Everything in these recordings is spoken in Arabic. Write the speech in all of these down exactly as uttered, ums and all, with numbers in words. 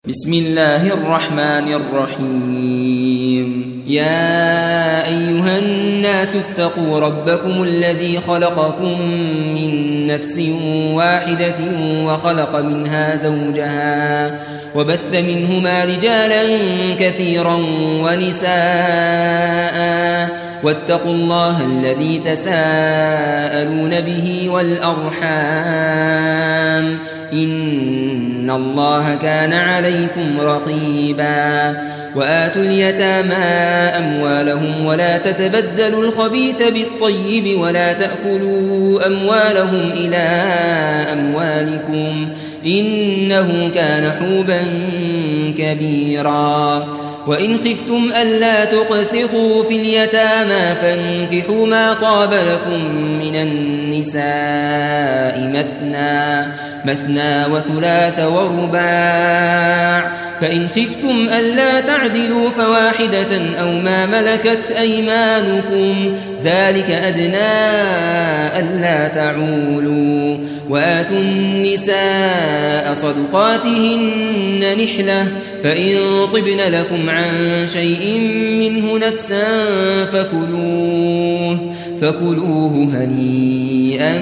بسم الله الرحمن الرحيم يا أيها الناس اتقوا ربكم الذي خلقكم من نفس واحدة وخلق منها زوجها وبث منهما رجالا كثيرا ونساء واتقوا الله الذي تساءلون به والأرحام إن الله كان عليكم رقيبا وآتوا اليتامى أموالهم ولا تتبدلوا الخبيث بالطيب ولا تأكلوا أموالهم إلى أموالكم إنه كان حوبا كبيرا وإن خفتم ألا تقسطوا في اليتامى فانكحوا ما طاب لكم من النساء مثنى مثنى وثلاث ورباع فإن خفتم ألا تعدلوا فواحدة أو ما ملكت أيمانكم ذلك أدنى ألا تعولوا وآتوا النساء صدقاتهن نحلة فإن طبن لكم عن شيء منه نفسا فكلوه فكلوه هنيئا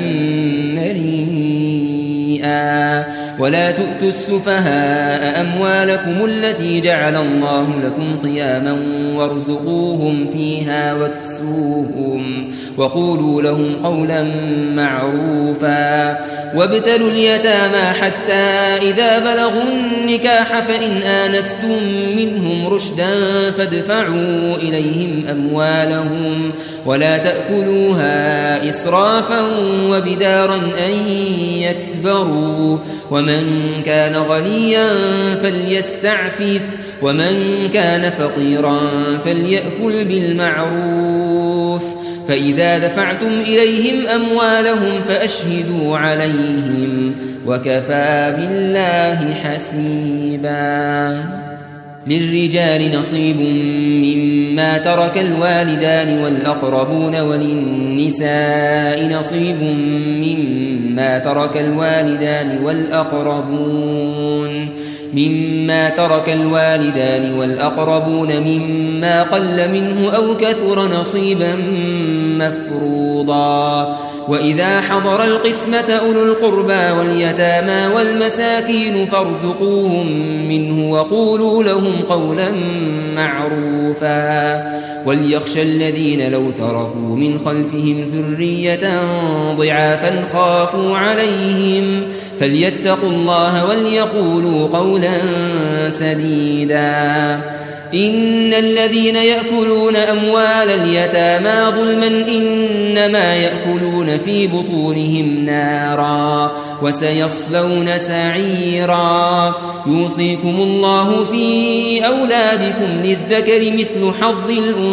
مريئا ولا تؤتوا السفهاء أموالكم التي جعل الله لكم قياما وارزقوهم فيها واكسوهم وقولوا لهم قولا معروفا وابتلوا اليتامى حتى إذا بلغوا النكاح فإن آنستم منهم رشدا فادفعوا إليهم أموالهم ولا تأكلوها إسرافا وبدارا أن يكبروا ومن كان غنيا فليستعفف ومن كان فقيرا فليأكل بالمعروف فإذا دفعتم إليهم أموالهم فأشهدوا عليهم وكفى بالله حسيبا للرجال نصيب مما ترك الوالدان والأقربون وللنساء نصيب مما ترك الوالدان والأقربون مما ترك الوالدان والأقربون مما قل منه أو كثر نصيبا مفروضا وإذا حضر القسمة أولو القربى واليتامى والمساكين فارزقوهم منه وقولوا لهم قولا معروفا وليخشى الذين لو تركوا من خلفهم ذرية ضعافا خافوا عليهم فليتقوا الله وليقولوا قولا سديدا إن الذين يأكلون أموال اليتامى ظلما إنما يأكلون في بطونهم نارا وسيصلون سعيرا يوصيكم الله في أولادكم للذكر مثل حظ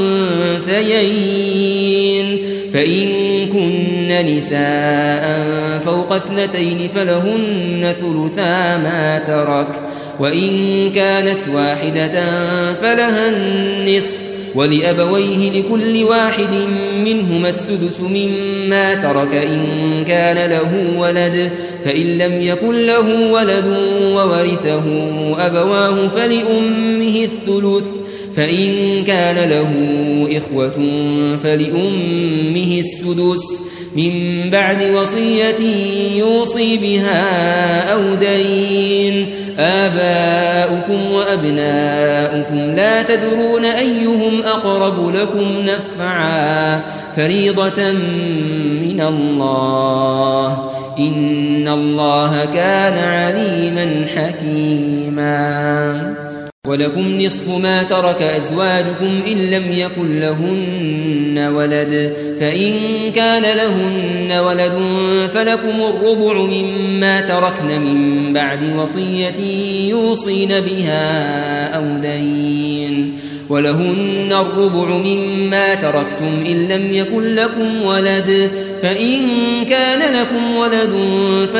الأنثيين فإن كن نساء فوق اثنتين فلهن ثلثا ما ترك وإن كانت واحدة فلها النصف ولأبويه لكل واحد منهما السدس مما ترك إن كان له ولد فإن لم يكن له ولد وورثه أبواه فلأمه الثلث فإن كان له إخوة فلأمه السدس من بعد وصية يوصي بها أو دين آباؤكم وأبناؤكم لا تدرون أيهم أقرب لكم نفعا فريضة من الله إن الله كان عليما حكيما ولكم نصف ما ترك أزواجكم إن لم يكن لهن ولد فإن كان لهن ولد فلكم الربع مما تركن من بعد وصية يوصين بها أو دين ولهن الربع مما تركتم إن لم يكن لكم ولد فإن كان لكم ولد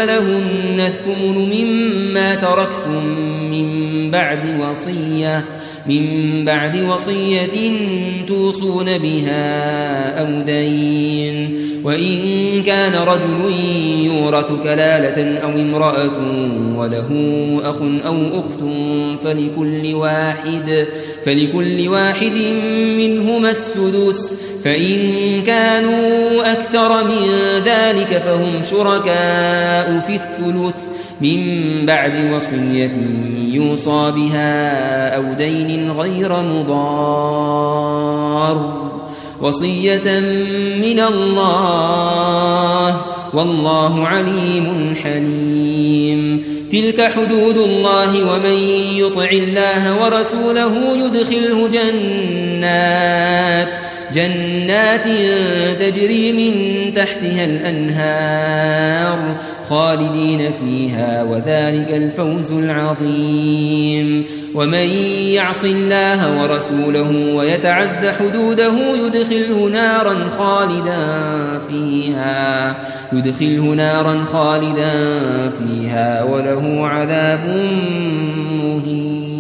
فلهن الثمن مما تركتم من بعد وصية من بعد وصية توصون بها أو دين. وإن كان رجل يورث كلالة أو امرأة وله أخ أو أخت فلكل واحد, فلكل واحد منهما السدس، فإن كانوا أكثر من ذلك فهم شركاء في الثلث من بعد وصية يوصى بها أو دين غير مضار، وصية من الله والله عليم حليم. تلك حدود الله ومن يطع الله ورسوله يدخله جنات جنات تجري من تحتها الأنهار خالدين فيها وذلك الفوز العظيم. ومن يعص الله ورسوله ويتعد حدوده يدخله نارا خالدا فيها يدخله نارا خالدا فيها وله عذاب مهين.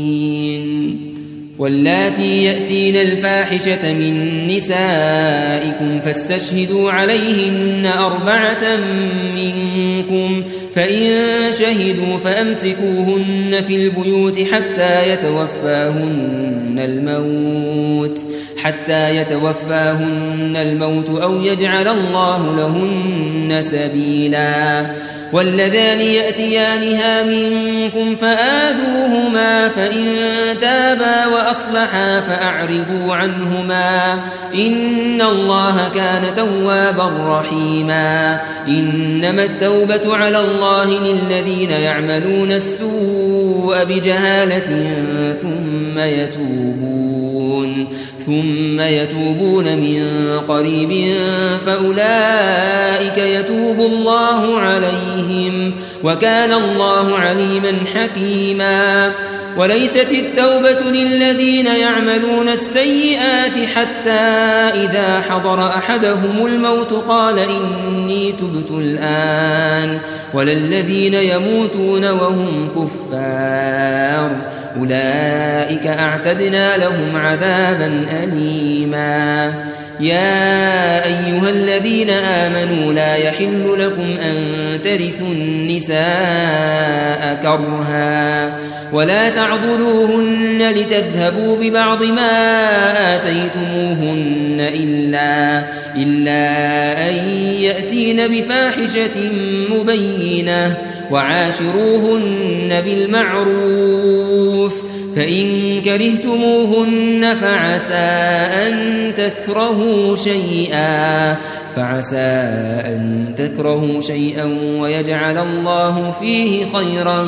واللاتي يأتين الفاحشة من نسائكم فاستشهدوا عليهن أربعة منكم، فإن شهدوا فأمسكوهن في البيوت حتى يتوفاهن الموت حتى يتوفاهن الموت أو يجعل الله لهن سبيلا. واللذان يأتيانها منكم فآذوهما فإن تابا وأصلحا فأعرضوا عنهما إن الله كان توابا رحيما. إنما التوبة على الله للذين يعملون السوء بجهالة ثم يتوبون ثم يتوبون من قريب فأولئك يتوب الله عليهم وكان الله عليما حكيما. وليست التوبة للذين يعملون السيئات حتى إذا حضر أحدهم الموت قال إني تبت الآن، ولا الذين يموتون وهم كفار أولئك أعتدنا لهم عذابا أليما. يا أيها الذين آمنوا لا يحل لكم أن ترثوا النساء كرها ولا تعضلوهن لتذهبوا ببعض ما آتيتموهن إلا, إلا أن يأتين بفاحشة مبينة وعاشروهن بالمعروف، فإن كرهتموهن فعسى أن تكرهوا شيئا فعسى أن تكرهوا شيئا ويجعل الله فيه خيرا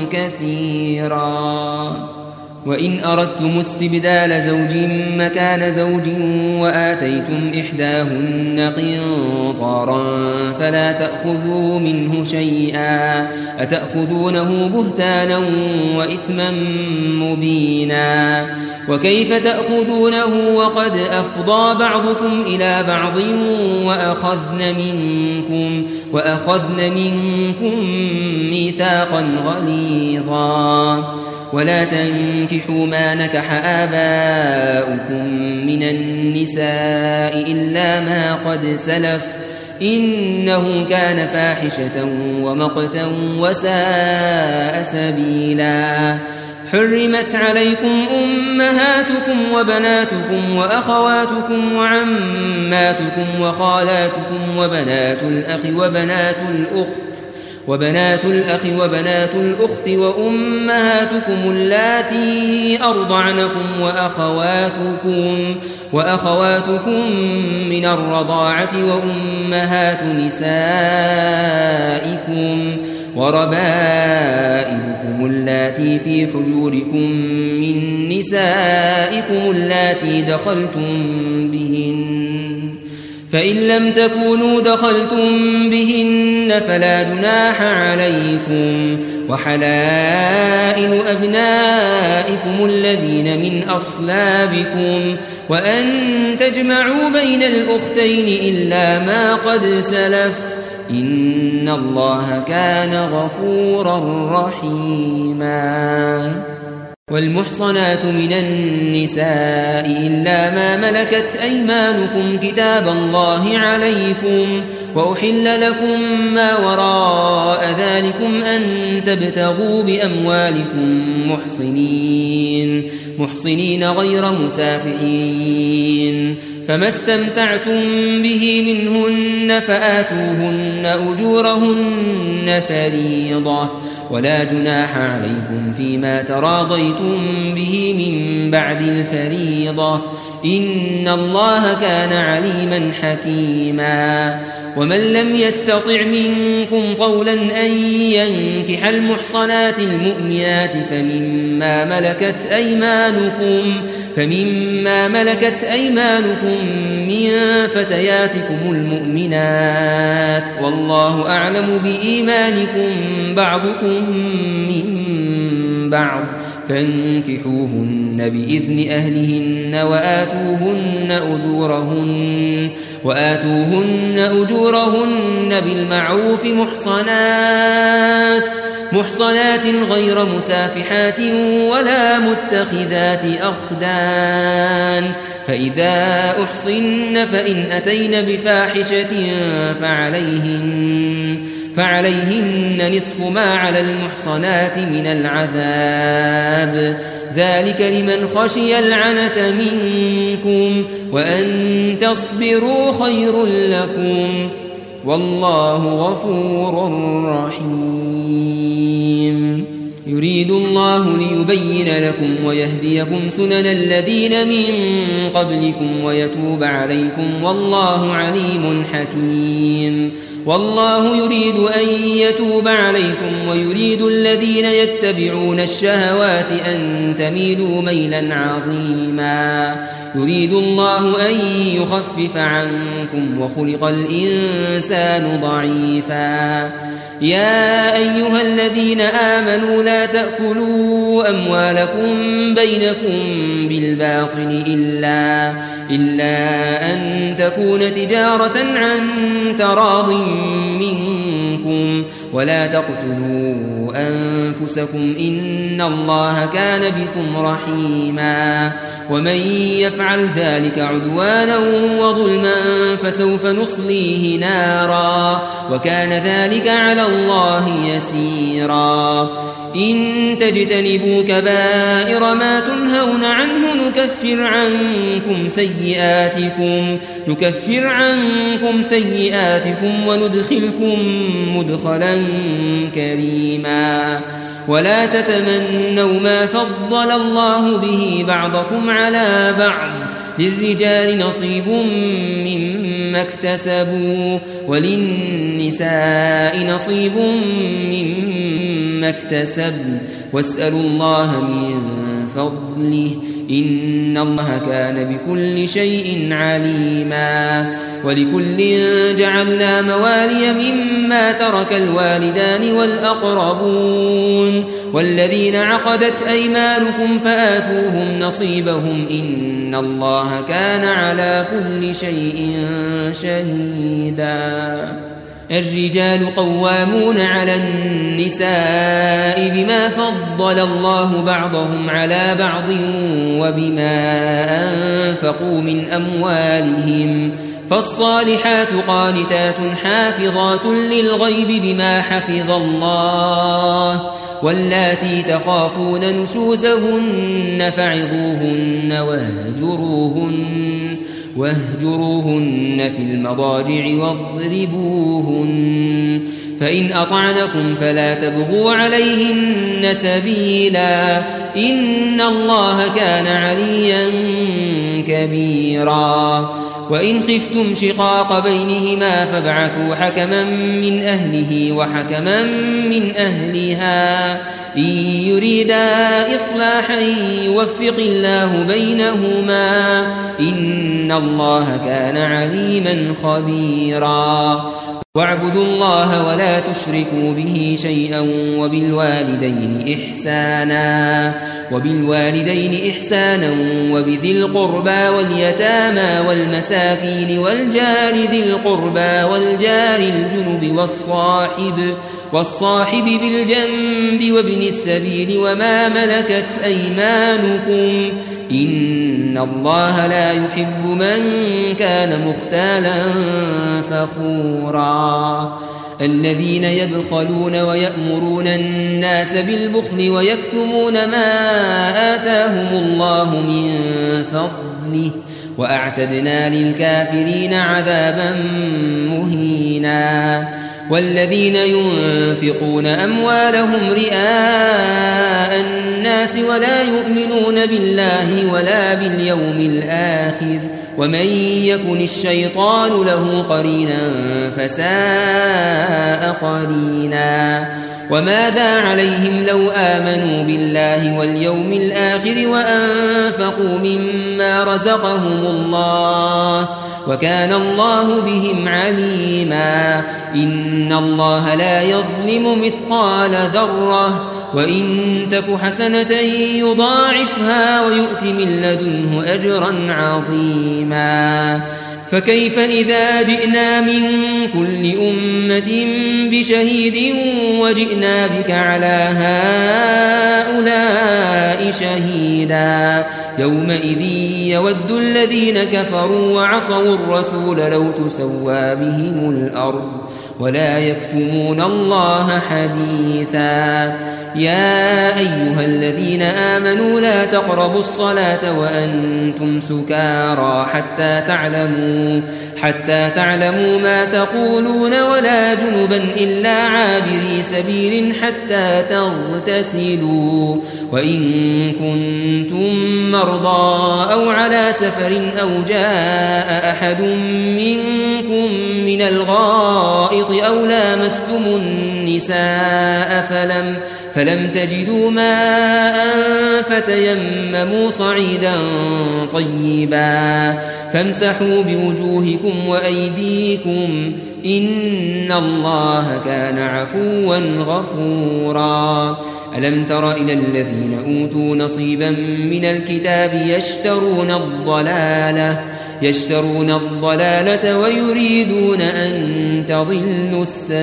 كثيرا. وإن أردتم استبدال زوج مكان زوج وآتيتم إحداهن قنطارا فلا تأخذوا منه شيئا أتأخذونه بهتانا وإثما مبينا. وكيف تأخذونه وقد أفضى بعضكم إلى بعض وأخذن منكم, وأخذن منكم ميثاقا غليظا. ولا تنكحوا ما نكح آباؤكم من النساء إلا ما قد سلف إنه كان فاحشة ومقتا وساء سبيلا. حرمت عليكم أمهاتكم وبناتكم وأخواتكم وعماتكم وخالاتكم وبنات الأخ وبنات الأخت وبنات الأخ وبنات الأخت وأمهاتكم اللاتي أرضعنكم وأخواتكم, وأخواتكم من الرضاعة وأمهات نسائكم وربائبكم اللاتي في حجوركم من نسائكم اللاتي دخلتم بهن، فإن لم تكونوا دخلتم بهن فلا جناح عليكم. وحلائل أبنائكم الذين من أصلابكم وأن تجمعوا بين الأختين إلا ما قد سلف إن الله كان غفورا رحيما. والمحصنات من النساء إلا ما ملكت أيمانكم كتاب الله عليكم وأحل لكم ما وراء ذلكم أن تبتغوا بأموالكم محصنين محصنين غير مسافحين فما استمتعتم به منهن فآتوهن أجورهن فريضة ولا جناح عليكم فيما تراضيتم به من بعد الفريضة إن الله كان عليما حكيما ومن لم يستطع منكم طولا أن ينكح المحصنات المؤمنات فمما ملكت أيمانكم فمما ملكت أيمانكم من فتياتكم المؤمنات والله أعلم بإيمانكم بعضكم من بعض فانكحوهن بإذن أهلهن وآتوهن أجورهن وآتوهن أجورهن بالمعروف محصنات محصنات غير مسافحات ولا متخذات أخدان فإذا أحصن فإن أتين بفاحشة فعليهن فعليهن نصف ما على المحصنات من العذاب ذلك لمن خشي العنة منكم وأن تصبروا خير لكم والله غفور رحيم يريد الله ليبين لكم ويهديكم سنن الذين من قبلكم ويتوب عليكم والله عليم حكيم والله يريد أن يتوب عليكم ويريد الذين يتبعون الشهوات أن تميلوا ميلا عظيما يريد الله أن يخفف عنكم وخلق الإنسان ضعيفا يا أيها الذين آمنوا لا تأكلوا أموالكم بينكم بالباطل إلا, إلا أن تكون تجارة عن تراض منكم ولا تقتلوا أنفسكم إن الله كان بكم رحيما ومن يفعل ذلك عدوانا وظلما فسوف نصليه نارا وكان ذلك على الله يسيرا إن تجتنبوا كبائر ما تنهون عنه نكفر عنكم سيئاتكم نكفر عنكم سيئاتكم وندخلكم مدخلا كريما ولا تتمنوا ما فضل الله به بعضكم على بعض للرجال نصيب مما اكتسبوا وللنساء نصيب مما اكتسبن واسألوا الله من فضله إن الله كان بكل شيء عليما ولكل جعلنا موالي مما ترك الوالدان والأقربون والذين عقدت أيمانكم فآتوهم نصيبهم إن الله كان على كل شيء شهيدا الرجال قوامون على النساء بما فضل الله بعضهم على بعض وبما أنفقوا من أموالهم فالصالحات قانتات حافظات للغيب بما حفظ الله واللاتي تخافون نشوزهن فعظوهن واهجروهن واهجروهن في المضاجع واضربوهن فإن أطعنكم فلا تبغوا عليهن سبيلا إن الله كان عليا كبيرا وإن خفتم شقاق بينهما فابعثوا حكما من أهله وحكما من أهلها إن يريدا إصلاحا يوفق الله بينهما إن الله كان عليما خبيرا واعبدوا الله ولا تشركوا به شيئا وبالوالدين إحسانا وبالوالدين إحسانا وبذي القربى واليتامى والمساكين والجار ذي القربى والجار الجنب والصاحب والصاحب بالجنب وابن السبيل وما ملكت أيمانكم إن الله لا يحب من كان مختالا فخورا الذين يبخلون ويأمرون الناس بالبخل ويكتمون ما آتاهم الله من فضله وأعتدنا للكافرين عذابا مهينا والذين ينفقون أموالهم رئاء الناس ولا يؤمنون بالله ولا باليوم الآخر ومن يكن الشيطان له قرينا فساء قرينا وماذا عليهم لو آمنوا بالله واليوم الآخر وأنفقوا مما رزقهم الله وكان الله بهم عليما إن الله لا يظلم مثقال ذرة وإن تك حسنة يضاعفها ويؤت من لدنه أجرا عظيما فكيف إذا جئنا من كل أمة بشهيد وجئنا بك على هؤلاء شهيدا يومئذ يود الذين كفروا وعصوا الرسول لو تسوى بهم الأرض ولا يكتمون الله حديثا يا أيها الذين آمنوا لا تقربوا الصلاة وأنتم سكارى حتى تعلموا حتى تعلموا ما تقولون ولا جنبا إلا عابري سبيل حتى تغتسلوا وإن كنتم مرضى أو على سفر أو جاء أحد منكم من الغائط أو لامستم النساء فلم فلم تجدوا ماء فتيمموا صعيدا طيبا فامسحوا بوجوهكم وأيديكم إن الله كان عفوا غفورا ألم تر إلى الذين أوتوا نصيبا من الكتاب يشترون الضلالة يشترون الضلالة ويريدون أن تضلوا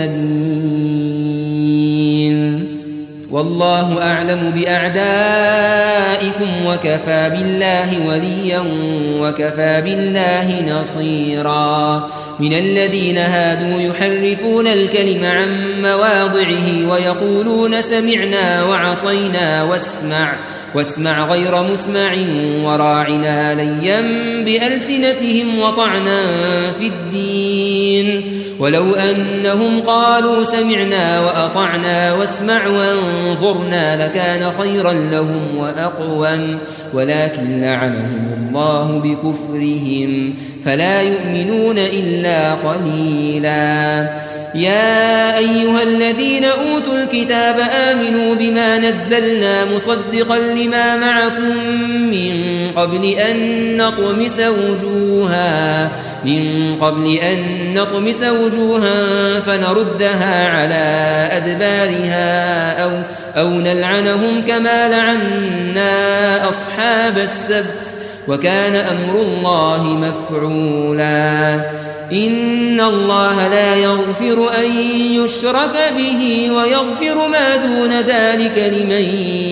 السبيل والله أعلم بأعدائكم وكفى بالله وليا وكفى بالله نصيرا من الذين هادوا يحرفون الكلم عن مواضعه ويقولون سمعنا وعصينا واسمع واسمع غير مسمع وراعنا ليا بألسنتهم وطعنا في الدين ولو أنهم قالوا سمعنا وأطعنا واسمع وانظرنا لكان خيرا لهم وأقوم ولكن لعنهم الله بكفرهم فلا يؤمنون إلا قليلا يا أيها الذين أوتوا الكتاب آمنوا بما نزلنا مصدقا لما معكم من قبل أن نطمس وجوها من قبل أن نطمس وجوها فنردها على أدبارها أو, أو نلعنهم كما لعنا أصحاب السبت وكان أمر الله مفعولا إن الله لا يغفر أن يشرك به ويغفر ما دون ذلك لمن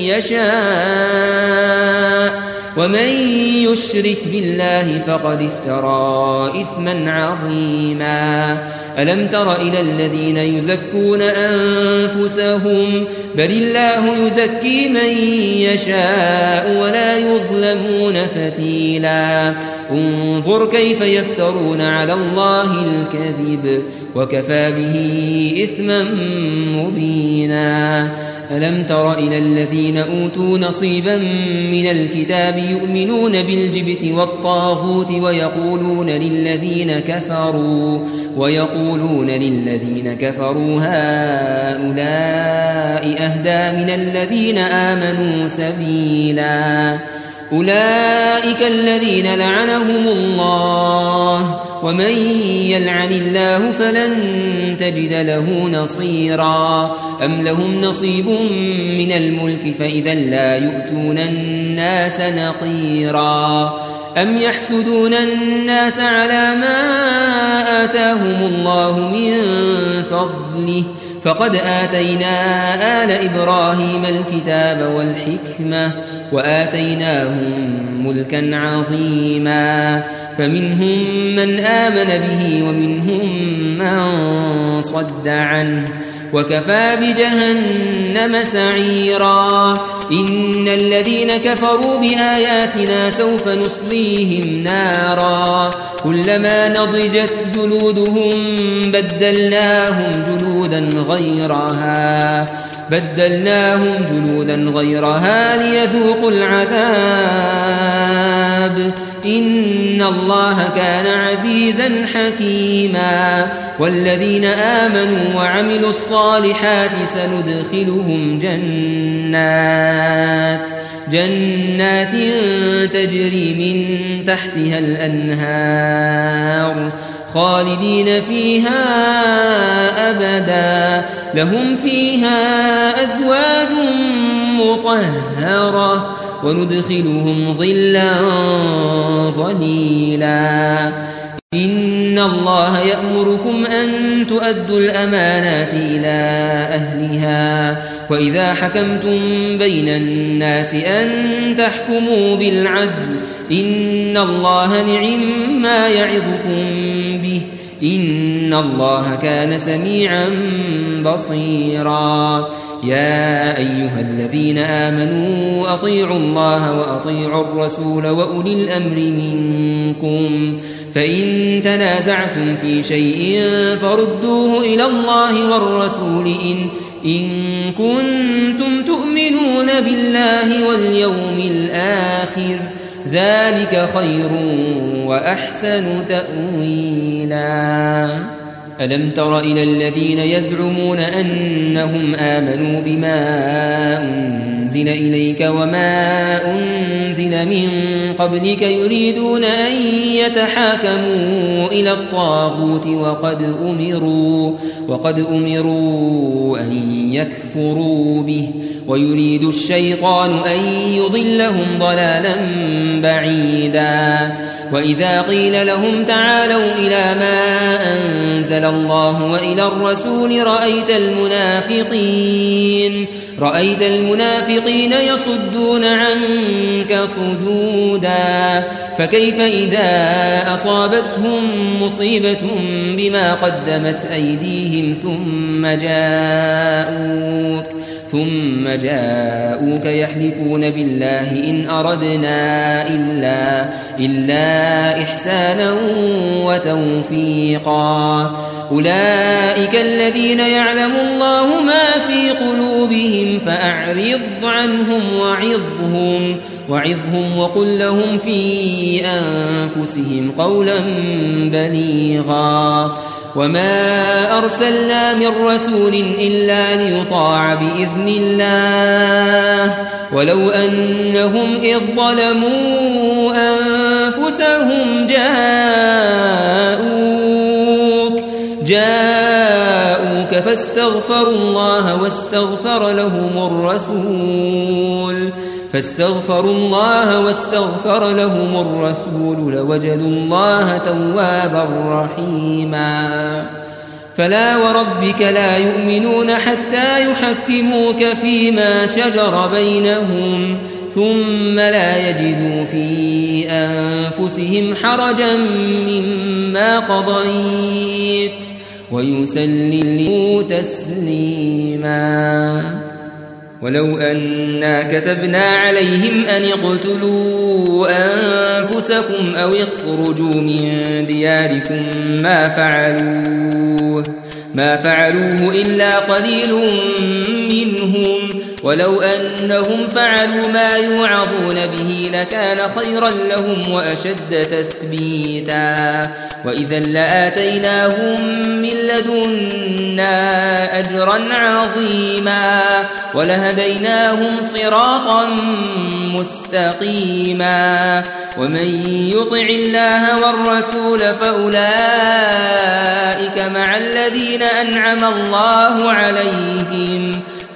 يشاء ومن يشرك بالله فقد افترى إثما عظيما ألم تر إلى الذين يزكون أنفسهم بل الله يزكي من يشاء ولا يظلمون فتيلا انظر كيف يفترون على الله الكذب وكفى به إثما مبينا ألم تر إلى الذين أوتوا نصيبا من الكتاب يؤمنون بالجبت والطاغوت ويقولون للذين كفروا ويقولون للذين كفروا هؤلاء أهدى من الذين آمنوا سبيلا أولئك الذين لعنهم الله ومن يلعن الله فلن تجد له نصيرا أم لهم نصيب من الملك فإذا لا يؤتون الناس نقيرا أم يحسدون الناس على ما آتاهم الله من فضله فقد آتينا آل إبراهيم الكتاب والحكمة وآتيناهم ملكا عظيما فمنهم من آمن به ومنهم من صد عنه وكفى بجهنم سعيرا إن الذين كفروا بآياتنا سوف نصليهم نارا كلما نضجت جلودهم بدلناهم جلودا غيرها بدلناهم جلودا غيرها ليذوقوا العذاب إن الله كان عزيزا حكيما والذين آمنوا وعملوا الصالحات سندخلهم جنات جنات تجري من تحتها الأنهار خالدين فيها أبدا لهم فيها أزواج مطهرة وندخلهم ظلا ظليلا إن الله يأمركم أن تؤدوا الأمانات إلى أهلها وإذا حكمتم بين الناس أن تحكموا بالعدل إن الله نعم ما يعظكم به إن الله كان سميعا بصيرا يا أيها الذين آمنوا أطيعوا الله وأطيعوا الرسول وأولي الأمر منكم فإن تنازعتم في شيء فردوه إلى الله والرسول إن, إن كنتم تؤمنون بالله واليوم الآخر ذلك خير وأحسن تأويلا ألم تر إلى الذين يزعمون أنهم آمنوا بما أنزل إليك وما أنزل من قبلك يريدون أن يتحاكموا إلى الطاغوت وقد أمروا, وقد أمروا أن يكفروا به ويريد الشيطان أن يضلهم ضلالا بعيدا وإذا قيل لهم تعالوا إلى ما أنزل الله وإلى الرسول رأيت المنافقين رأيت المنافقين يصدون عنك صدودا فكيف إذا أصابتهم مصيبة بما قدمت أيديهم ثم جاءوك ثم جاءوك يحلفون بالله إن أردنا إلا, إلا إحسانا وتوفيقا أولئك الذين يعلم الله ما في قلوبهم فأعرض عنهم وعظهم, وعظهم وقل لهم في أنفسهم قولا بليغا وما أرسلنا من رسول إلا ليطاع بإذن الله ولو أنهم إذ ظلموا أنفسهم جاءوك جاءوك فاستغفروا الله واستغفر لهم الرسول فاستغفروا الله واستغفر لهم الرسول لوجدوا الله توابا رحيما فلا وربك لا يؤمنون حتى يحكموك فيما شجر بينهم ثم لا يجدوا في أنفسهم حرجا مما قضيت ويسلموا تسليما ولو أنا كتبنا عليهم أن اقتلوا أنفسكم أو اخرجوا من دياركم ما فعلوه ما فعلوه إلا قليل منهم ولو أنهم فعلوا ما يوعظون به لكان خيرا لهم وأشد تثبيتا وإذا لآتيناهم من لدنا أجرا عظيما ولهديناهم صراطا مستقيما ومن يطع الله والرسول فأولئك مع الذين أنعم الله عليهم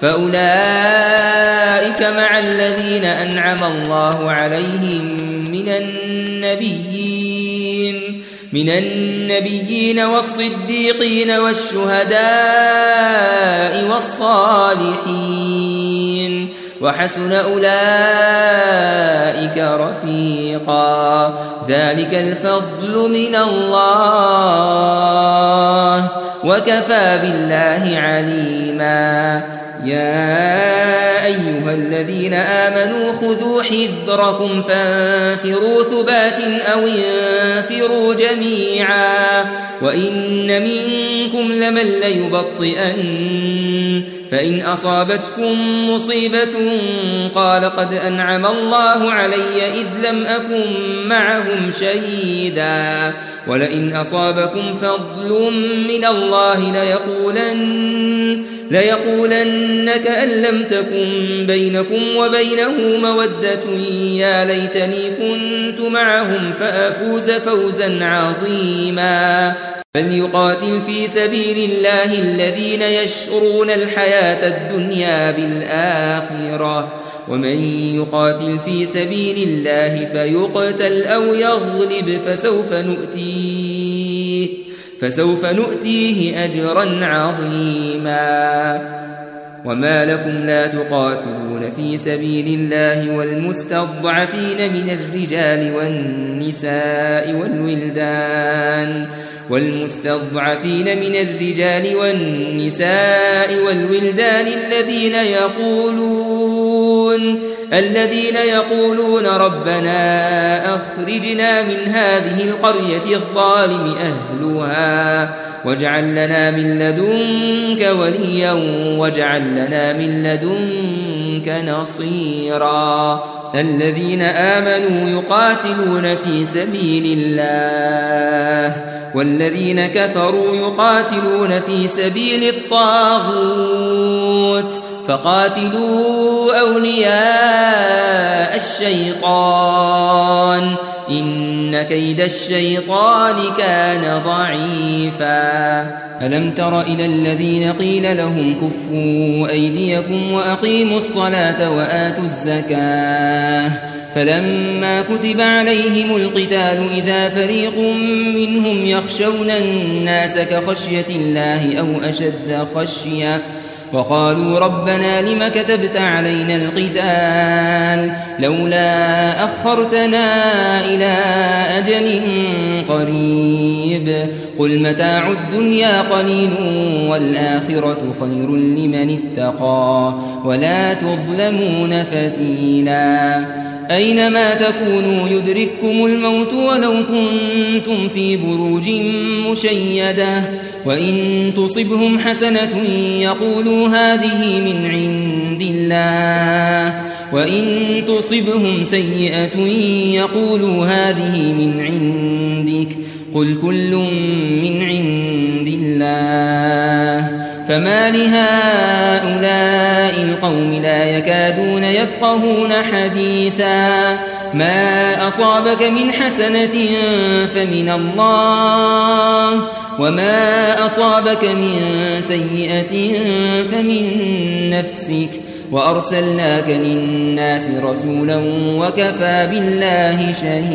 فأولئك مع الذين أنعم الله عليهم من النبيين من النبيين والصديقين والشهداء والصالحين وحسن أولئك رفيقا ذلك الفضل من الله وكفى بالله عليما يا أيها الذين آمنوا خذوا حذركم فانفروا ثبات أو انفروا جميعا وإن منكم لمن ليبطئن فإن أصابتكم مصيبة قال قد أنعم الله علي إذ لم أكن معهم شهيدا ولئن أصابكم فضل من الله ليقولن ليقولن كأن لم تكن بينكم وبينه مودة يا ليتني كنت معهم فأفوز فوزا عظيما فليقاتل في سبيل الله الذين يشرون الحياة الدنيا بالآخرة ومن يقاتل في سبيل الله فيقتل أو يغلب فسوف نؤتيه فسوف نؤتيه أجرا عظيما وما لكم لا تقاتلون في سبيل الله والمستضعفين من الرجال والنساء والولدان والمستضعفين من الرجال والنساء والولدان الذين يقولون الذين يقولون ربنا أخرجنا من هذه القرية الظالم أهلها واجعل لنا من لدنك وليا واجعل لنا من لدنك نصيرا الذين آمنوا يقاتلون في سبيل الله والذين كفروا يقاتلون في سبيل الطاغوت فقاتلوا أولياء الشيطان إن كيد الشيطان كان ضعيفا ألم تر إلى الذين قيل لهم كفوا أيديكم وأقيموا الصلاة وآتوا الزكاة فلما كتب عليهم القتال إذا فريق منهم يخشون الناس كخشية الله أو أشد خشية وقالوا ربنا لم كتبت علينا القتال لولا أخرتنا إلى أجل قريب قل متاع الدنيا قليل والآخرة خير لمن اتقى ولا تظلمون فتيلا أينما تكونوا يدرككم الموت ولو كنتم في بروج مشيدة وإن تصبهم حسنة يقولوا هذه من عند الله وإن تصبهم سيئة يقولوا هذه من عندك قل كل من عند الله فما لهؤلاء القوم لا يكادون يفقهون حديثا ما أصابك من حسنة فمن الله وما أصابك من سيئة فمن نفسك وأرسلناك للناس رسولا وكفى بالله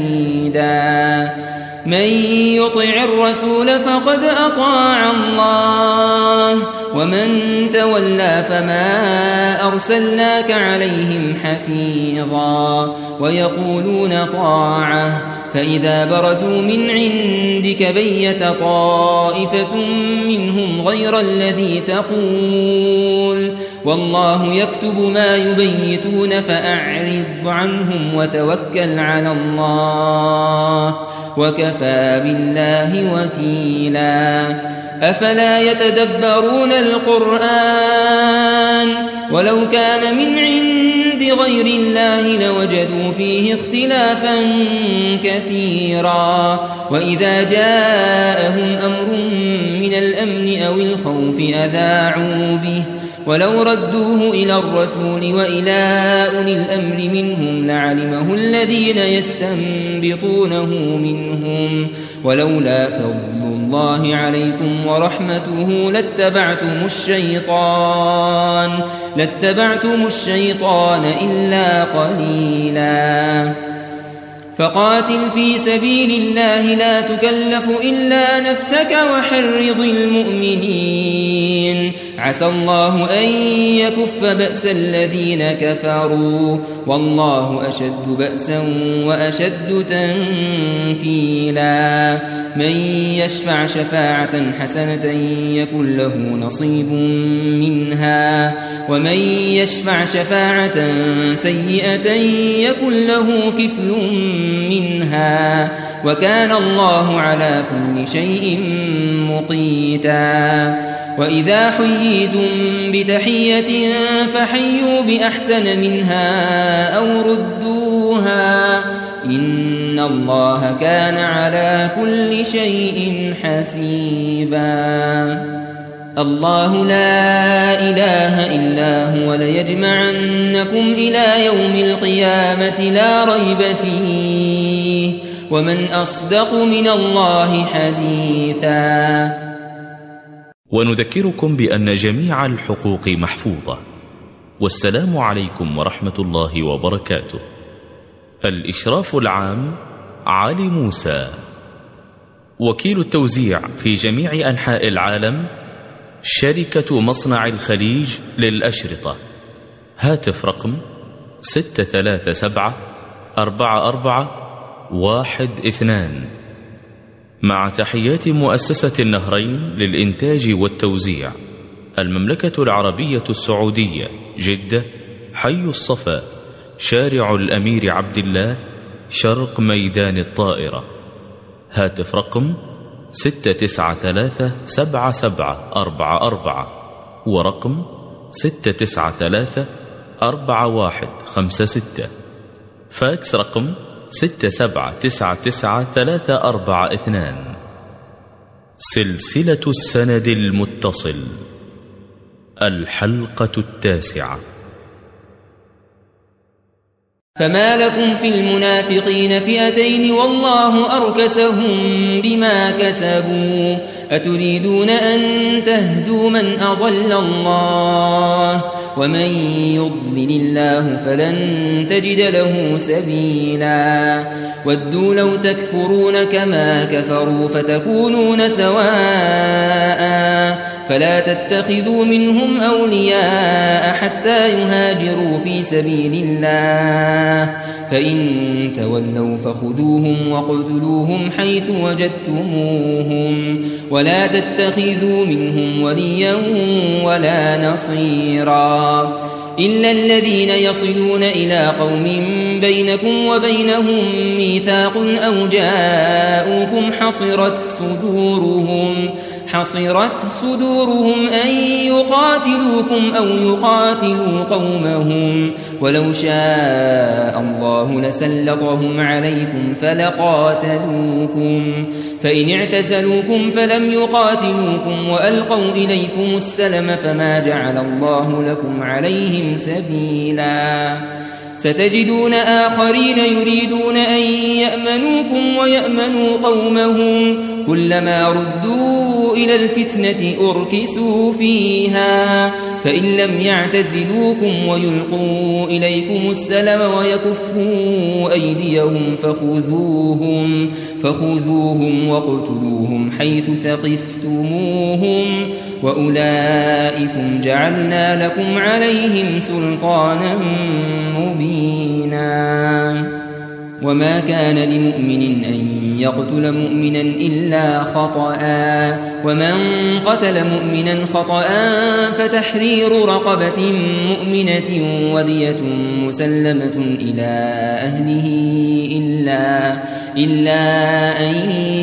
شهيدا من يطع الرسول فقد أطاع الله ومن تولى فما أرسلناك عليهم حفيظا ويقولون طاعة فإذا برزوا من عندك بيت طائفة منهم غير الذي تقول والله يكتب ما يبيتون فأعرض عنهم وتوكل على الله وكفى بالله وكيلا أفلا يتدبرون القرآن ولو كان من عند غير الله لوجدوا فيه اختلافا كثيرا وإذا جاءهم أمر من الأمن أو الخوف أذاعوا به ولو ردوه إلى الرسول وإلى أولي الأمر منهم لعلمه الذين يستنبطونه منهم ولولا فضل الله عليكم ورحمته لاتبعتم الشيطان لاتبعتم الشيطان إلا قليلا فقاتل في سبيل الله لا تكلف إلا نفسك وحرض المؤمنين عسى الله أن يكف بأس الذين كفروا والله أشد بأسا وأشد تنكيلا من يشفع شفاعة حسنة يكن له نصيب منها ومن يشفع شفاعة سيئة يكن له كفل منها وكان الله على كل شيء مقيتا وإذا حييتم بتحية فحيوا بأحسن منها أو ردوها إن الله كان على كل شيء حسيبا الله لا إله إلا هو ليجمعنكم إلى يوم القيامة لا ريب فيه ومن أصدق من الله حديثا. ونذكركم بأن جميع الحقوق محفوظة. والسلام عليكم ورحمة الله وبركاته. الإشراف العام علي موسى. وكيل التوزيع في جميع أنحاء العالم شركة مصنع الخليج للأشرطة. هاتف رقم ستة ثلاثة سبعة أربعة أربعة واحد اثنان. مع تحيات مؤسسة النهرين للإنتاج والتوزيع، المملكة العربية السعودية، جدة، حي الصفا، شارع الأمير عبد الله، شرق ميدان الطائرة. هاتف رقم ستة تسعة ثلاثة سبعة سبعة أربعة أربعة ورقم ستة تسعة ثلاثة أربعة واحد خمسة ستة. فاكس رقم ستة سبعة تسعة تسعة ثلاثة أربعة اثنان. سلسلة السند المتصل، الحلقة التاسعة. فما لكم في المنافقين فئتين والله أركسهم بما كسبوا أتريدون أن تهدوا من أضل الله ومن يضلل الله فلن تجد له سبيلا ودوا لو تكفرون كما كفروا فتكونون سواء فلا تتخذوا منهم أولياء حتى يهاجروا في سبيل الله فإن تولوا فخذوهم واقتلوهم حيث وجدتموهم ولا تتخذوا منهم وليا ولا نصيرا إلا الذين يصلون إلى قوم بينكم وبينهم ميثاق أو جاءوكم حصرت صدورهم حصرت صدورهم أن يقاتلوكم أو يقاتلوا قومهم ولو شاء الله لسلطهم عليكم فلقاتلوكم فإن اعتزلوكم فلم يقاتلوكم وألقوا إليكم السلم فما جعل الله لكم عليهم سبيلا ستجدون آخرين يريدون أن يأمنوكم ويأمنوا قومهم كلما ردوا إلى الفتنة أركسوا فيها فإن لم يعتزلوكم ويلقوا إليكم السلم ويكفوا أيديهم فخذوهم فخذوهم واقتلوهم حيث ثقفتموهم وأولئكم جعلنا لكم عليهم سلطانا مبينا وما كان لمؤمن أن يقتل مؤمنا إلا خطأ ومن قتل مؤمنا خطأ فتحرير رقبة مؤمنة ودية مسلمة إلى أهله إلا, إلا أن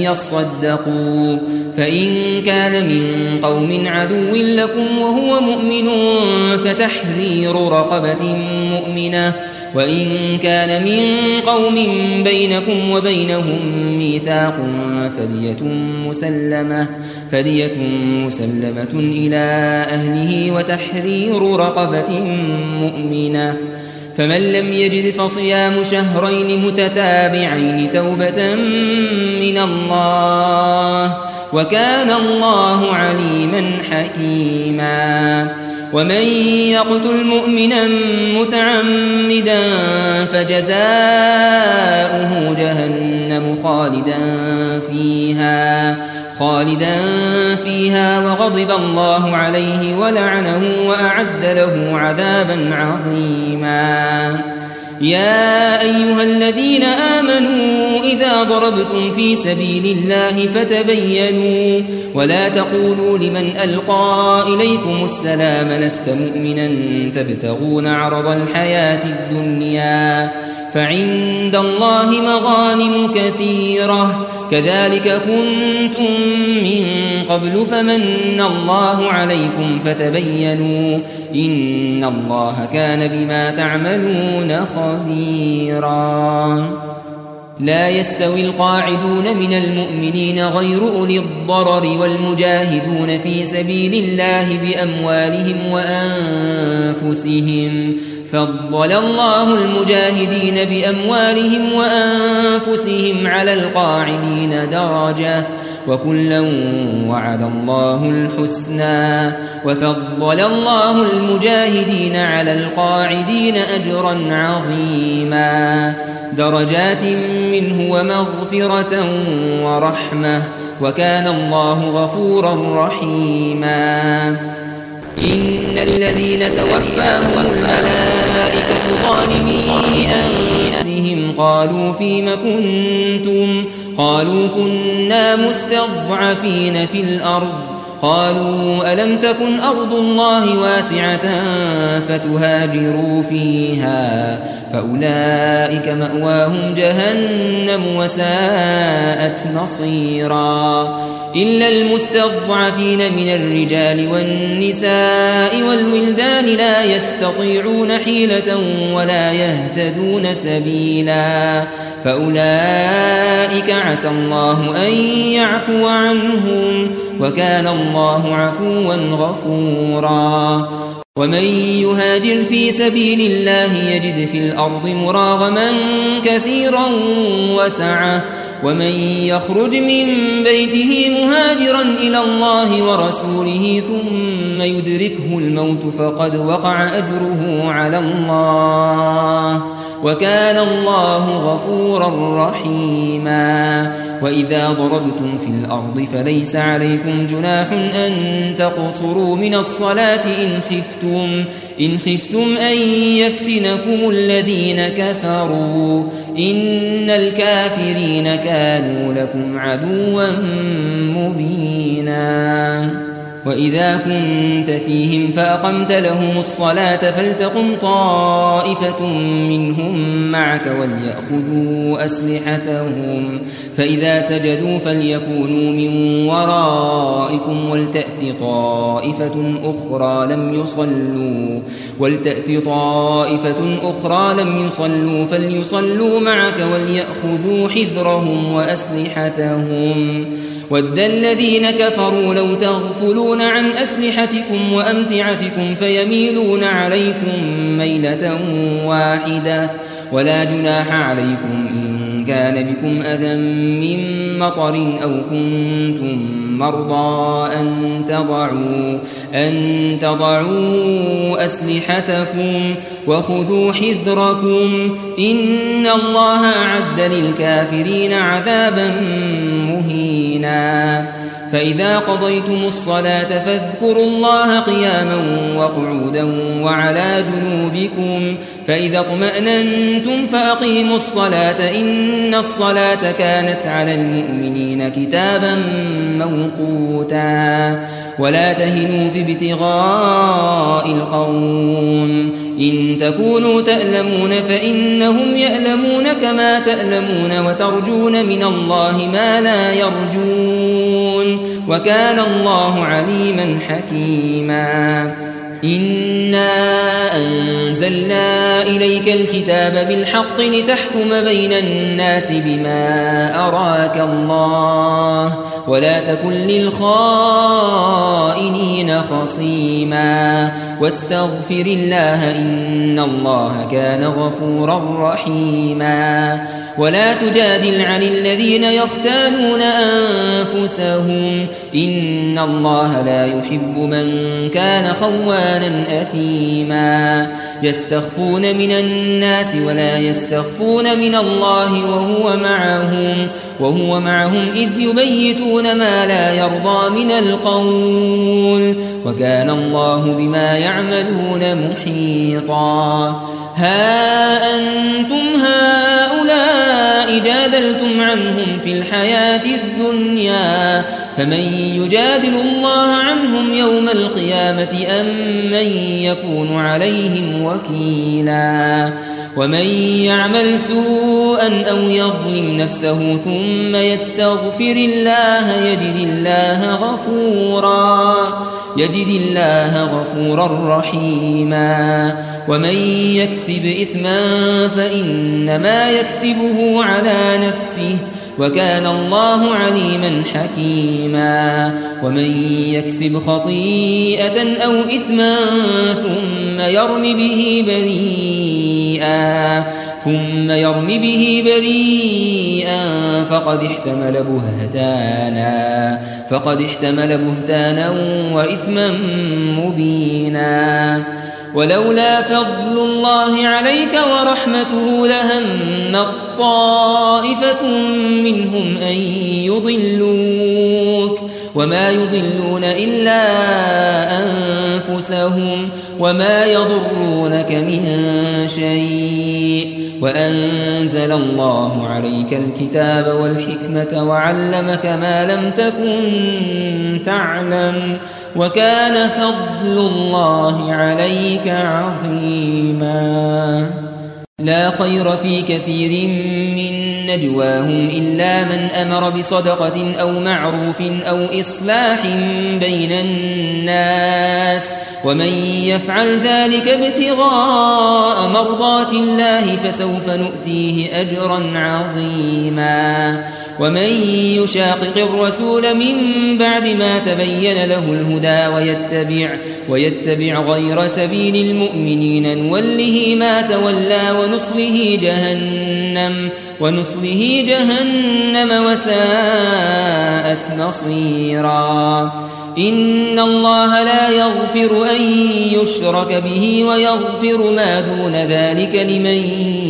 يصدقوا فإن كان من قوم عدو لكم وهو مؤمن فتحرير رقبة مؤمنة وإن كان من قوم بينكم وبينهم ميثاق فدية مسلمة فدية مسلمة إلى أهله وتحرير رقبة مؤمنة فمن لم يجد فصيام شهرين متتابعين توبة من الله وكان الله عليما حكيما ومن يقتل مؤمنا متعمدا فجزاؤه جهنم خالدا فيها خالدا فيها وغضب الله عليه ولعنه وأعد له عذابا عظيما. يا أيها الذين آمنوا إذا ضربتم في سبيل الله فتبينوا ولا تقولوا لمن ألقى إليكم السلام لست مؤمنا تبتغون عرض الحياة الدنيا فعند الله مغانم كثيرة كذلك كنتم من قبل فمن الله عليكم فتبينوا إن الله كان بما تعملون خبيرا. لا يستوي القاعدون من المؤمنين غير أولي الضرر والمجاهدون في سبيل الله بأموالهم وأنفسهم فضل الله المجاهدين بأموالهم وأنفسهم على القاعدين درجة وكلا وعد الله الحسنى وفضل الله المجاهدين على القاعدين أجرا عظيما درجات منه ومغفرة ورحمة وكان الله غفورا رحيما. إن الذين توفاهم الملائكة ظالمي أنفسهم قالوا فيم كنتم قالوا كنا مستضعفين في الأرض قالوا ألم تكن أرض الله واسعة فتهاجروا فيها فأولئك مأواهم جهنم وساءت مصيرا. إلا المستضعفين من الرجال والنساء والولدان لا يستطيعون حيلة ولا يهتدون سبيلا فأولئك عسى الله أن يعفو عنهم وكان الله عفوا غفورا. ومن يهاجر في سبيل الله يجد في الأرض مراغما كثيرا وسعة ومن يخرج من بيته مهاجرا إلى الله ورسوله ثم يدركه الموت فقد وقع أجره على الله وكان الله غفورا رحيما. وإذا ضربتم في الأرض فليس عليكم جناح أن تقصروا من الصلاة إن خفتم إن خفتم أن يفتنكم الذين كفروا إن الكافرين كانوا لكم عدوا مبينا. وإذا كنت فيهم فأقمت لهم الصلاة فلتقم طائفة منهم معك وليأخذوا أسلحتهم فإذا سجدوا فليكونوا من ورائكم ولتأت طائفة أخرى لم يصلوا ولتأت طائفة أخرى لم يصلوا فليصلوا معك وليأخذوا حذرهم وأسلحتهم ود الذين كفروا لو تغفلون عن أسلحتكم وأمتعتكم فيميلون عليكم ميلة واحدة ولا جناح عليكم إن كان بكم أذى من مطر أو كنتم مرضى أن تضعوا أن تضعوا أسلحتكم وخذوا حذركم إن الله أعد للكافرين عذابا مهينا. فإذا قضيتم الصلاة فاذكروا الله قياما وقعودا وعلى جنوبكم فإذا اطمأننتم فأقيموا الصلاة إن الصلاة كانت على المؤمنين كتابا موقوتا. ولا تهنوا في ابتغاء القوم إن تكونوا تألمون فإنهم يألمون كما تألمون وترجون من الله ما لا يرجون وكان الله عليما حكيما. إنا أنزلنا إليك الكتاب بالحق لتحكم بين الناس بما أراك الله ولا تكن للخائنين خصيما واستغفر الله إن الله كان غفورا رحيما ولا تجادل عن الذين يختانون أنفسهم إن الله لا يحب من كان خوانا أثيما يستخفون من الناس ولا يستخفون من الله وهو معهم وهو معهم إذ يبيتون ما لا يرضى من القول وكان الله بما يعملون محيطا ها أنتم هؤلاء جادلتم عنهم في الحياة الدنيا فمن يجادل الله عنهم يوم القيامة أم من يكون عليهم وكيلا ومن يعمل سوءا أو يظلم نفسه ثم يستغفر الله يجد الله غفورا يجد الله غفورا رحيما ومن يكسب إثما فإنما يكسبه على نفسه وكان الله عليما حكيما ومن يكسب خطيئة أو إثما ثم يرم به بريئا ثم يرم به بريئا فقد احتمل بهتانا فقد احتمل بهتانا وإثما مبينا ولولا فضل الله عليك ورحمته لهم طائفة منهم أن يضلوك وما يضلون إلا أنفسهم وما يضرونك من شيء وأنزل الله عليك الكتاب والحكمة وعلمك ما لم تكن تعلم وكان فضل الله عليك عظيما لا خير في كثير من نجواهم إلا من أمر بصدقة أو معروف أو إصلاح بين الناس ومن يفعل ذلك ابتغاء مرضات الله فسوف نؤتيه أجرا عظيما ومن يشاقق الرسول من بعد ما تبين له الهدى ويتبع, ويتبع غير سبيل المؤمنين نوله ما تولى ونصله جهنم ونصله جهنم وساءت مصيرا إن الله لا يغفر أن يشرك به ويغفر ما دون ذلك لمن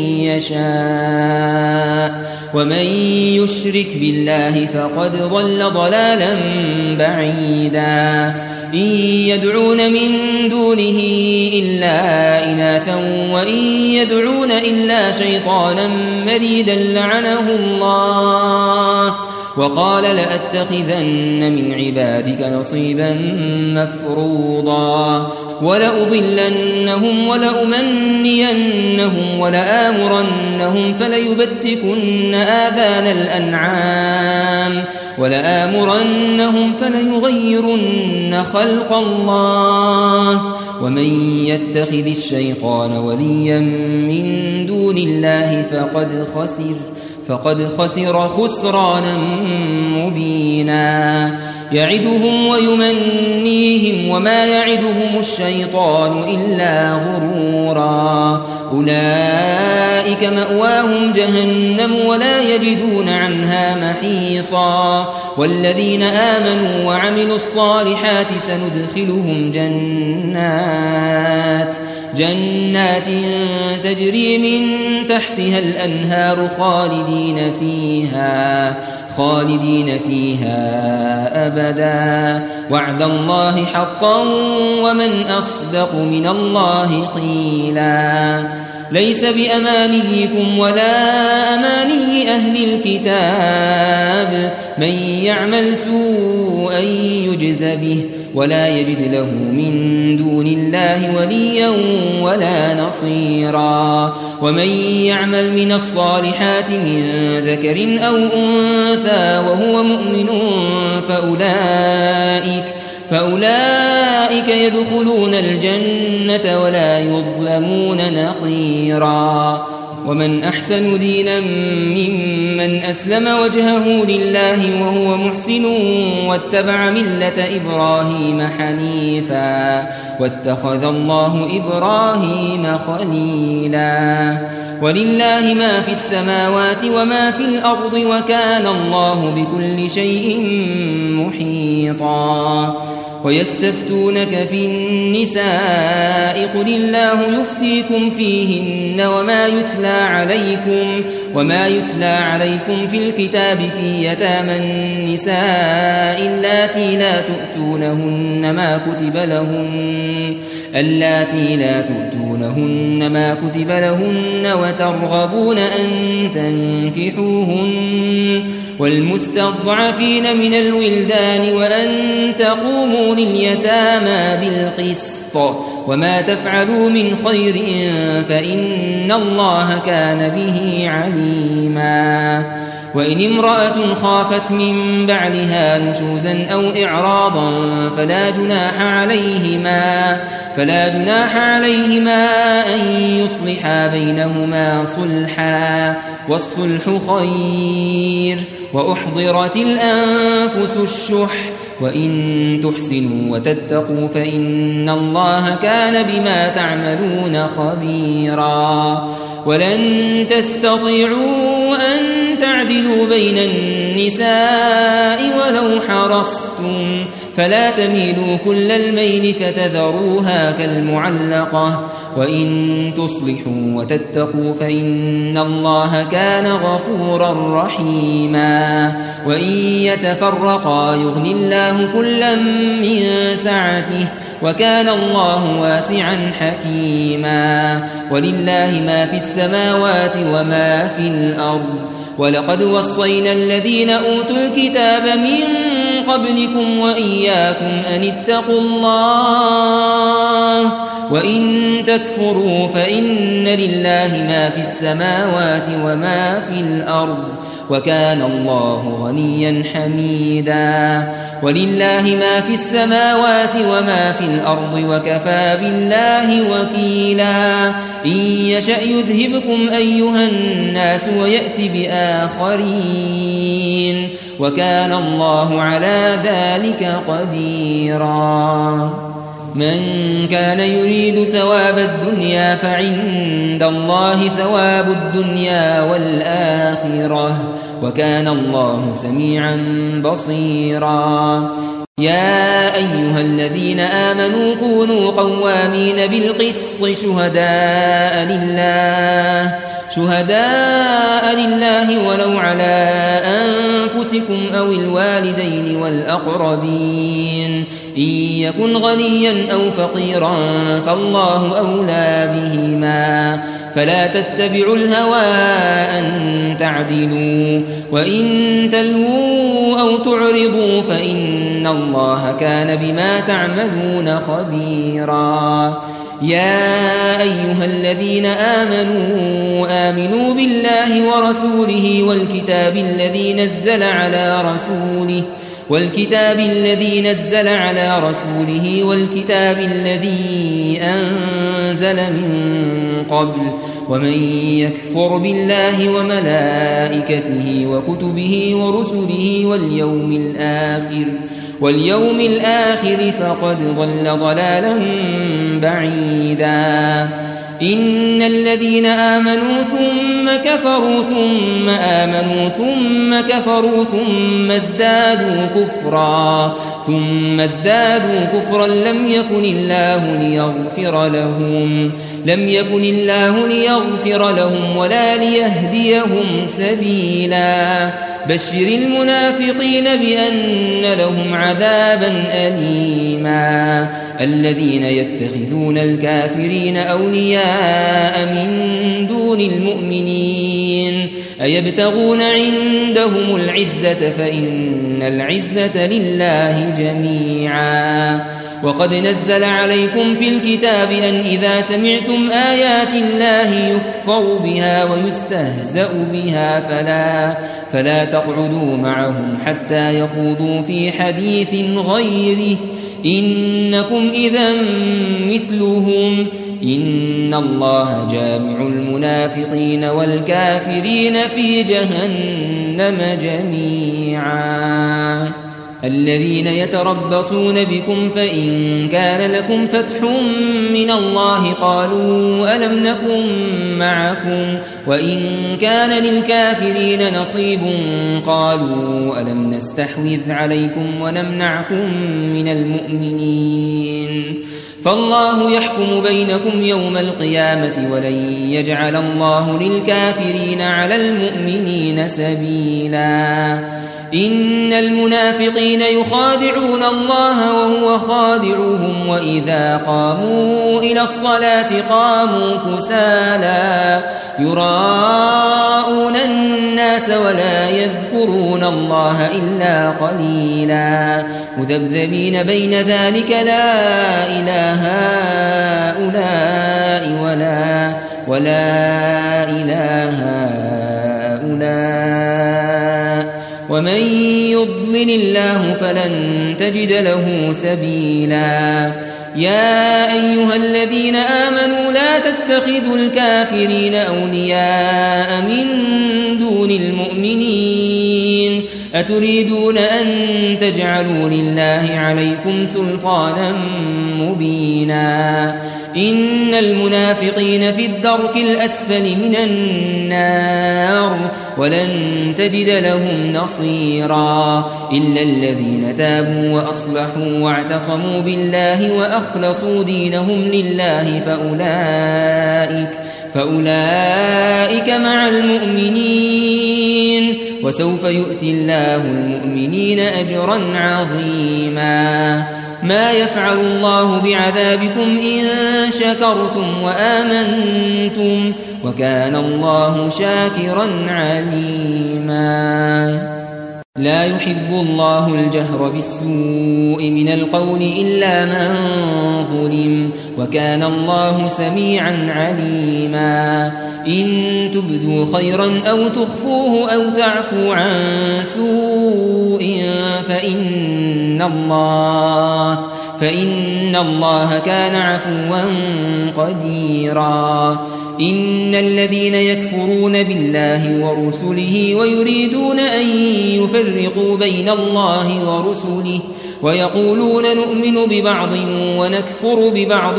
يشاء ومن يشرك بالله فقد ضل ضلالا بعيدا إن يدعون من دونه إلا إناثا وإن يدعون إلا شيطانا مريدا لعنه الله وقال لأتخذن من عبادك نصيبا مفروضا ولأضلنهم ولأمنينهم ولآمرنهم فليبتكن آذان الأنعام ولآمرنهم فليغيرن خلق الله ومن يتخذ الشيطان وليا من دون الله فقد خسر فقد خسر خسرانا مبينا يعدهم ويمنيهم وما يعدهم الشيطان إلا غرورا أولئك مأواهم جهنم ولا يجدون عنها محيصا والذين آمنوا وعملوا الصالحات سندخلهم جنات جنات تجري من تحتها الأنهار خالدين فيها خالدين فيها أبدا وعد الله حقا ومن أصدق من الله قيلا ليس بأمانيكم ولا أماني أهل الكتاب من يعمل سوءا يجز به ولا يجد له من دون الله وليا ولا نصيرا ومن يعمل من الصالحات من ذكر أو أنثى وهو مؤمن فأولئك فأولئك يدخلون الجنة ولا يظلمون نقيرا ومن أحسن دينا ممن أسلم وجهه لله وهو محسن واتبع ملة إبراهيم حنيفا واتخذ الله إبراهيم خليلا ولله ما في السماوات وما في الأرض وكان الله بكل شيء محيطا ويستفتونك في النساء قل الله يفتيكم فيهن وما يتلى عليكم وما يتلى عليكم في الكتاب في يتامى النساء اللاتي لا تؤتونهن ما كتب لهن اللاتي لا تؤتونهن ما كتب لهن وترغبون أن تنكحوهن والمستضعفين من الولدان وأن تقوموا لليتامى بالقسط وما تفعلوا من خير فإن الله كان به عليما وإن امرأة خافت من بعلها نشوزا أو إعراضا فلا جناح عليهما فلا جناح عليهما أن يصلحا بينهما صلحا والصلح خير وأحضرت الأنفس الشح وإن تحسنوا وتتقوا فإن الله كان بما تعملون خبيرا ولن تستطيعوا أن تعدلوا بين النساء ولو حرصتم فلا تميلوا كل الميل فتذروها كالمعلقة وإن تصلحوا وتتقوا فإن الله كان غفورا رحيما وإن يتفرقا يغن الله كلا من سعته وكان الله واسعا حكيما ولله ما في السماوات وما في الأرض ولقد وصينا الذين أوتوا الكتاب من قبلكم وإياكم أن اتقوا الله وإن تكفروا فإن لله ما في السماوات وما في الأرض وكان الله غنيا حميدا ولله ما في السماوات وما في الأرض وكفى بالله وكيلا إن يشأ يذهبكم أيها الناس ويأت بآخرين وكان الله على ذلك قديرا من كان يريد ثواب الدنيا فعند الله ثواب الدنيا والآخرة وكان الله سميعا بصيرا يا أيها الذين آمنوا كونوا قوامين بالقسط شهداء لله شهداء لله ولو على أنفسكم أو الوالدين والأقربين إن يكن غنيا أو فقيرا فالله أولى بهما فلا تتبعوا الهوى أن تعدلوا وإن تلووا أو تعرضوا فإن الله كان بما تعملون خبيرا يا أيها الذين آمنوا آمنوا بالله ورسوله والكتاب الذي نزل على رسوله والكتاب الذي نزل على رسوله والكتاب الذي أنزل من قبل ومن يكفر بالله وملائكته وكتبه ورسله واليوم الآخر واليوم الآخر فقد ضل ضلالا بعيدا إن الذين آمنوا ثم كفروا ثم آمنوا ثم كفروا ثم ازدادوا كفرا ثم ازدادوا كفرا لم يكن الله ليغفر لهم لم يكن الله ليغفر لهم ولا ليهديهم سبيلا بشر المنافقين بأن لهم عذابا أليما الذين يتخذون الكافرين أولياء من دون المؤمنين أيبتغون عندهم العزة فإن العزة لله جميعا وقد نزل عليكم في الكتاب أن إذا سمعتم آيات الله يكفر بها ويستهزأ بها فلا, فلا تقعدوا معهم حتى يخوضوا في حديث غيره إنكم إذا مثلهم إن الله جامع المنافقين والكافرين في جهنم جميعا. الذين يتربصون بكم فإن كان لكم فتح من الله قالوا ألم نكن معكم وإن كان للكافرين نصيب قالوا ألم نستحوذ عليكم ونمنعكم من المؤمنين فالله يحكم بينكم يوم القيامة ولن يجعل الله للكافرين على المؤمنين سبيلا. إن المنافقين يخادعون الله وهو خادعهم وإذا قاموا إلى الصلاة قاموا كسالى يراءون الناس ولا يذكرون الله إلا قليلا مذبذبين بين ذلك لا إله هؤلاء ولا ولا إله هؤلاء ومن يضلل الله فلن تجد له سبيلا. يا أيها الذين آمنوا لا تتخذوا الكافرين أولياء من دون المؤمنين أتريدون أن تجعلوا لله عليكم سلطانا مبينا. إن المنافقين في الدرك الأسفل من النار ولن تجد لهم نصيرا إلا الذين تابوا وأصلحوا واعتصموا بالله وأخلصوا دينهم لله فأولئك, فأولئك مع المؤمنين وسوف يؤتي الله المؤمنين أجرا عظيما. ما يفعل الله بعذابكم إن شكرتم وآمنتم وكان الله شاكرا عليما. لا يحب الله الجهر بالسوء من القول إلا من ظلم وكان الله سميعا عليما. إن تبدوا خيرا أو تخفوه أو تعفو عن سوء فإن الله فإن الله كان عفوا قديرا. إن الذين يكفرون بالله ورسله ويريدون أن يفرقوا بين الله ورسله ويقولون نؤمن ببعض ونكفر ببعض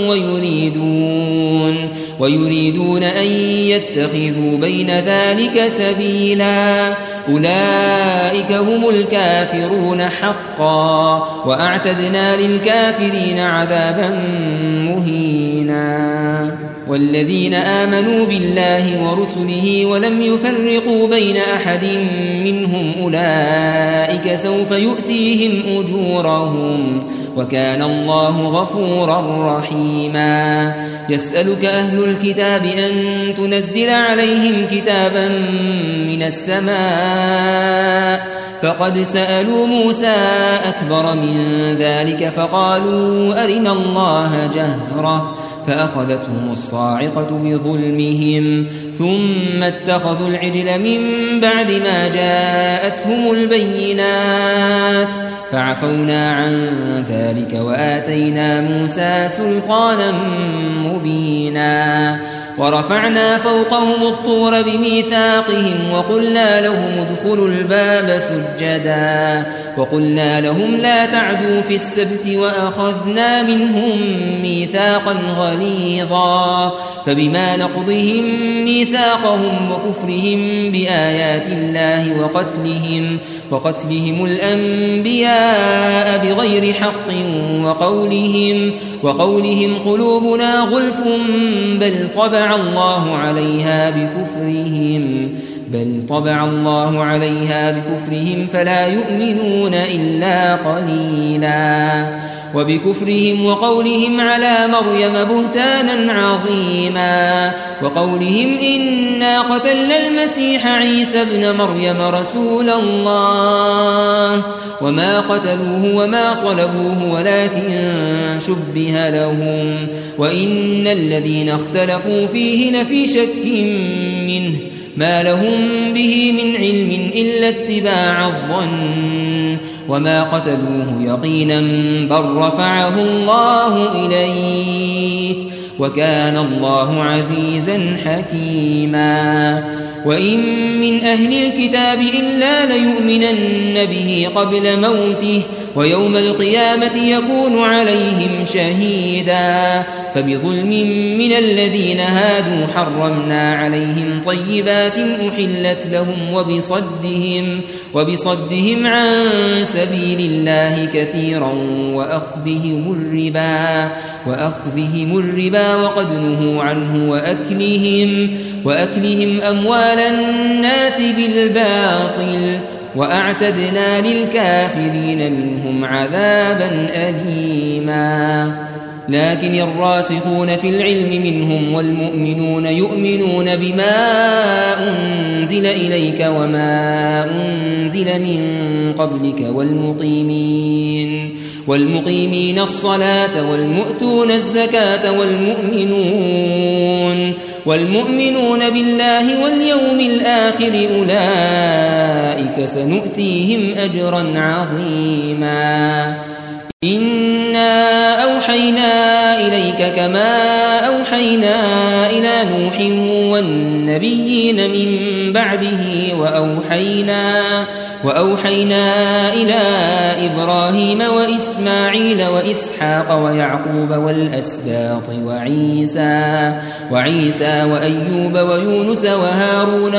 ويريدون ويريدون أن يتخذوا بين ذلك سبيلا أولئك هم الكافرون حقا وأعتدنا للكافرين عذابا مهينا. والذين آمنوا بالله ورسله ولم يفرقوا بين أحد منهم أولئك سوف يؤتيهم أجورهم وكان الله غفورا رحيما. يسألك أهل الكتاب أن تنزل عليهم كتابا من السماء فقد سألوا موسى أكبر من ذلك فقالوا أرنا الله جهرة فأخذتهم الصاعقة بظلمهم ثم اتخذوا العجل من بعد ما جاءتهم البينات فعفونا عن ذلك وآتينا موسى سلطانا مبينا. ورفعنا فوقهم الطور بميثاقهم وقلنا لهم ادخلوا الباب سجدا وقلنا لهم لا تعدوا في السبت وأخذنا منهم ميثاقا غليظا فبما نقضهم ميثاقهم وكفرهم بآيات الله وقتلهم, وقتلهم الأنبياء بغير حق وقولهم, وقولهم قلوبنا غلف بل طبع الله عليها بكفرهم بل طبع الله عليها بكفرهم فلا يؤمنون إلا قليلا. وبكفرهم وقولهم على مريم بهتانا عظيما وقولهم إنا قتلنا المسيح عيسى ابن مريم رسول الله وما قتلوه وما صلبوه ولكن شبه لهم وإن الذين اختلفوا فيه لفي شك منه ما لهم به من علم إلا اتباع الظن وما قتلوه يقينا بل رفعه الله إليه وكان الله عزيزا حكيما. وإن من أهل الكتاب إلا ليؤمنن به قبل موته ويوم القيامة يكون عليهم شهيدا. فبظلم من الذين هادوا حرمنا عليهم طيبات أحلت لهم وبصدهم, وبصدهم عن سبيل الله كثيرا وأخذهم الربا, وأخذهم الربا وقد نهوا عنه وأكلهم, وأكلهم أموال الناس بالباطل وأعتدنا للكافرين منهم عذابا أليما. لكن الراسخون في العلم منهم والمؤمنون يؤمنون بما أنزل إليك وما أنزل من قبلك والمقيمين والمقيمين الصلاة والمؤتون الزكاة والمؤمنون والمؤمنون بالله واليوم الآخر أولئك سنؤتيهم أجرا عظيما. إنا أوحينا إليك كما أوحينا إلى نوح والنبيين من بعده وأوحينا, وأوحينا إلى إبراهيم وإسماعيل وإسحاق ويعقوب والأسباط وعيسى, وعيسى وأيوب ويونس وهارون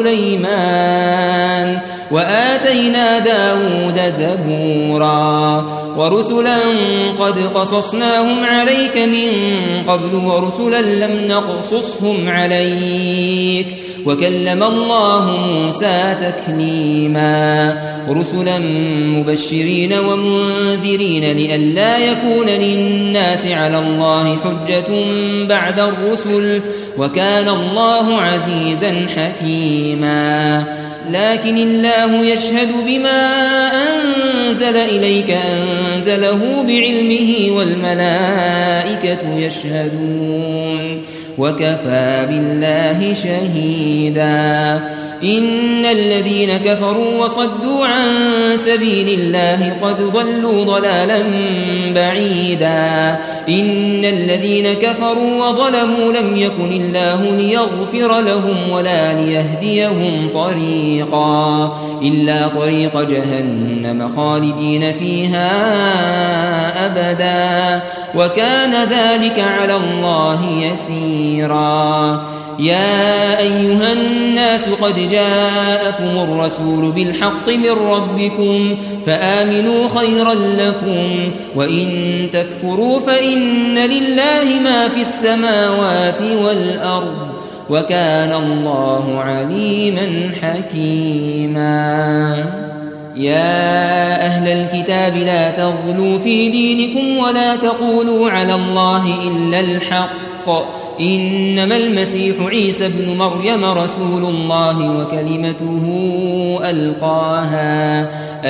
وسليمان وآتينا داود زبورا. ورسلا قد قصصناهم عليك من قبل ورسلا لم نقصصهم عليك وكلم الله موسى تكليما. رسلا مبشرين ومنذرين لئلا يكون للناس على الله حجة بعد الرسل وكان الله عزيزا حكيما. لكن الله يشهد بما أنزل إليك أنزله بعلمه والملائكة يشهدون وكفى بالله شهيدا. إن الذين كفروا وصدوا عن سبيل الله قد ضلوا ضلالا بعيدا. إن الذين كفروا وظلموا لم يكن الله ليغفر لهم ولا ليهديهم طريقا إلا طريق جهنم خالدين فيها أبدا وكان ذلك على الله يسيرا. يا أيها الناس قد جاءكم الرسول بالحق من ربكم فآمنوا خيرا لكم وإن تكفروا فإن لله ما في السماوات والأرض وكان الله عليما حكيما. يا أهل الكتاب لا تغلوا في دينكم ولا تقولوا على الله إلا الحق إنما المسيح عيسى ابن مريم رسول الله وكلمته ألقاها,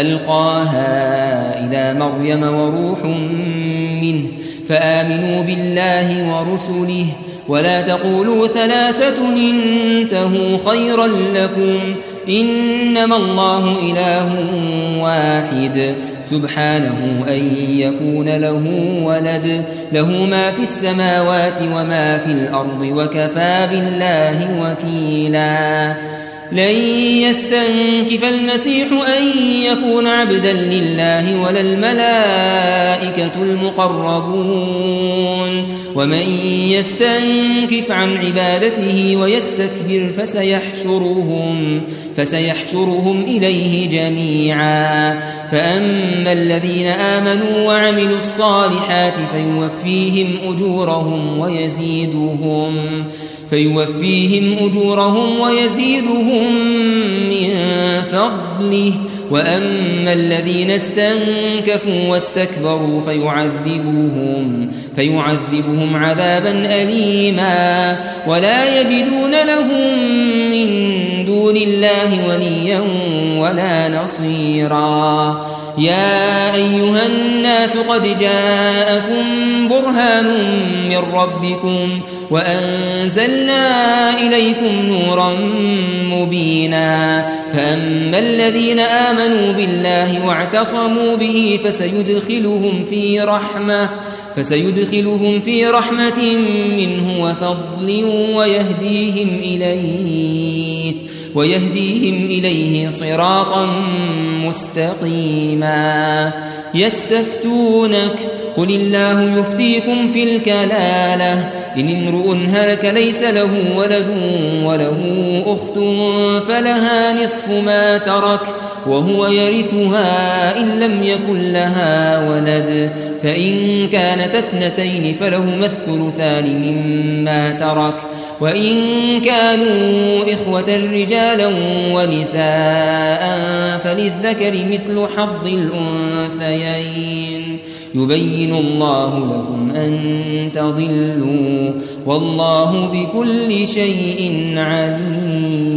ألقاها إلى مريم وروح منه فآمنوا بالله ورسله ولا تقولوا ثلاثة انتهوا خيرا لكم إنما الله إله واحد سبحانه أن يكون له ولد له ما في السماوات وما في الأرض وكفى بالله وكيلا. لن يستنكف المسيح أن يكون عبدا لله ولا الملائكة المقربون ومن يستنكف عن عبادته ويستكبر فسيحشرهم, فسيحشرهم إليه جميعا. فأما الذين آمنوا وعملوا الصالحات فيوفيهم أجورهم ويزيدهم فيوفيهم أجورهم ويزيدهم من فضله. وأما الذين استنكفوا واستكبروا فيعذبهم, فيعذبهم عذابا أليما ولا يجدون لهم من دون الله وليا ولا نصيرا. يا أيها الناس قد جاءكم برهان من ربكم وأنزلنا إليكم نورا مبينا. فأما الذين آمنوا بالله واعتصموا به فسيدخلهم في رحمة فسيدخلهم في رحمة منه وفضل ويهديهم إليه ويهديهم إليه صراطا مستقيما. يستفتونك قل الله يفتيكم في الكلالة إن امرؤ هلك ليس له ولد وله أخت فلها نصف ما ترك وهو يرثها إن لم يكن لها ولد فإن كانت اثنتين فلهما الثلثان مما ترك وإن كانوا إخوة رجالا ونساء فللذكر مثل حظ الأنثيين يبين الله لكم أن تضلوا والله بكل شيء عليم.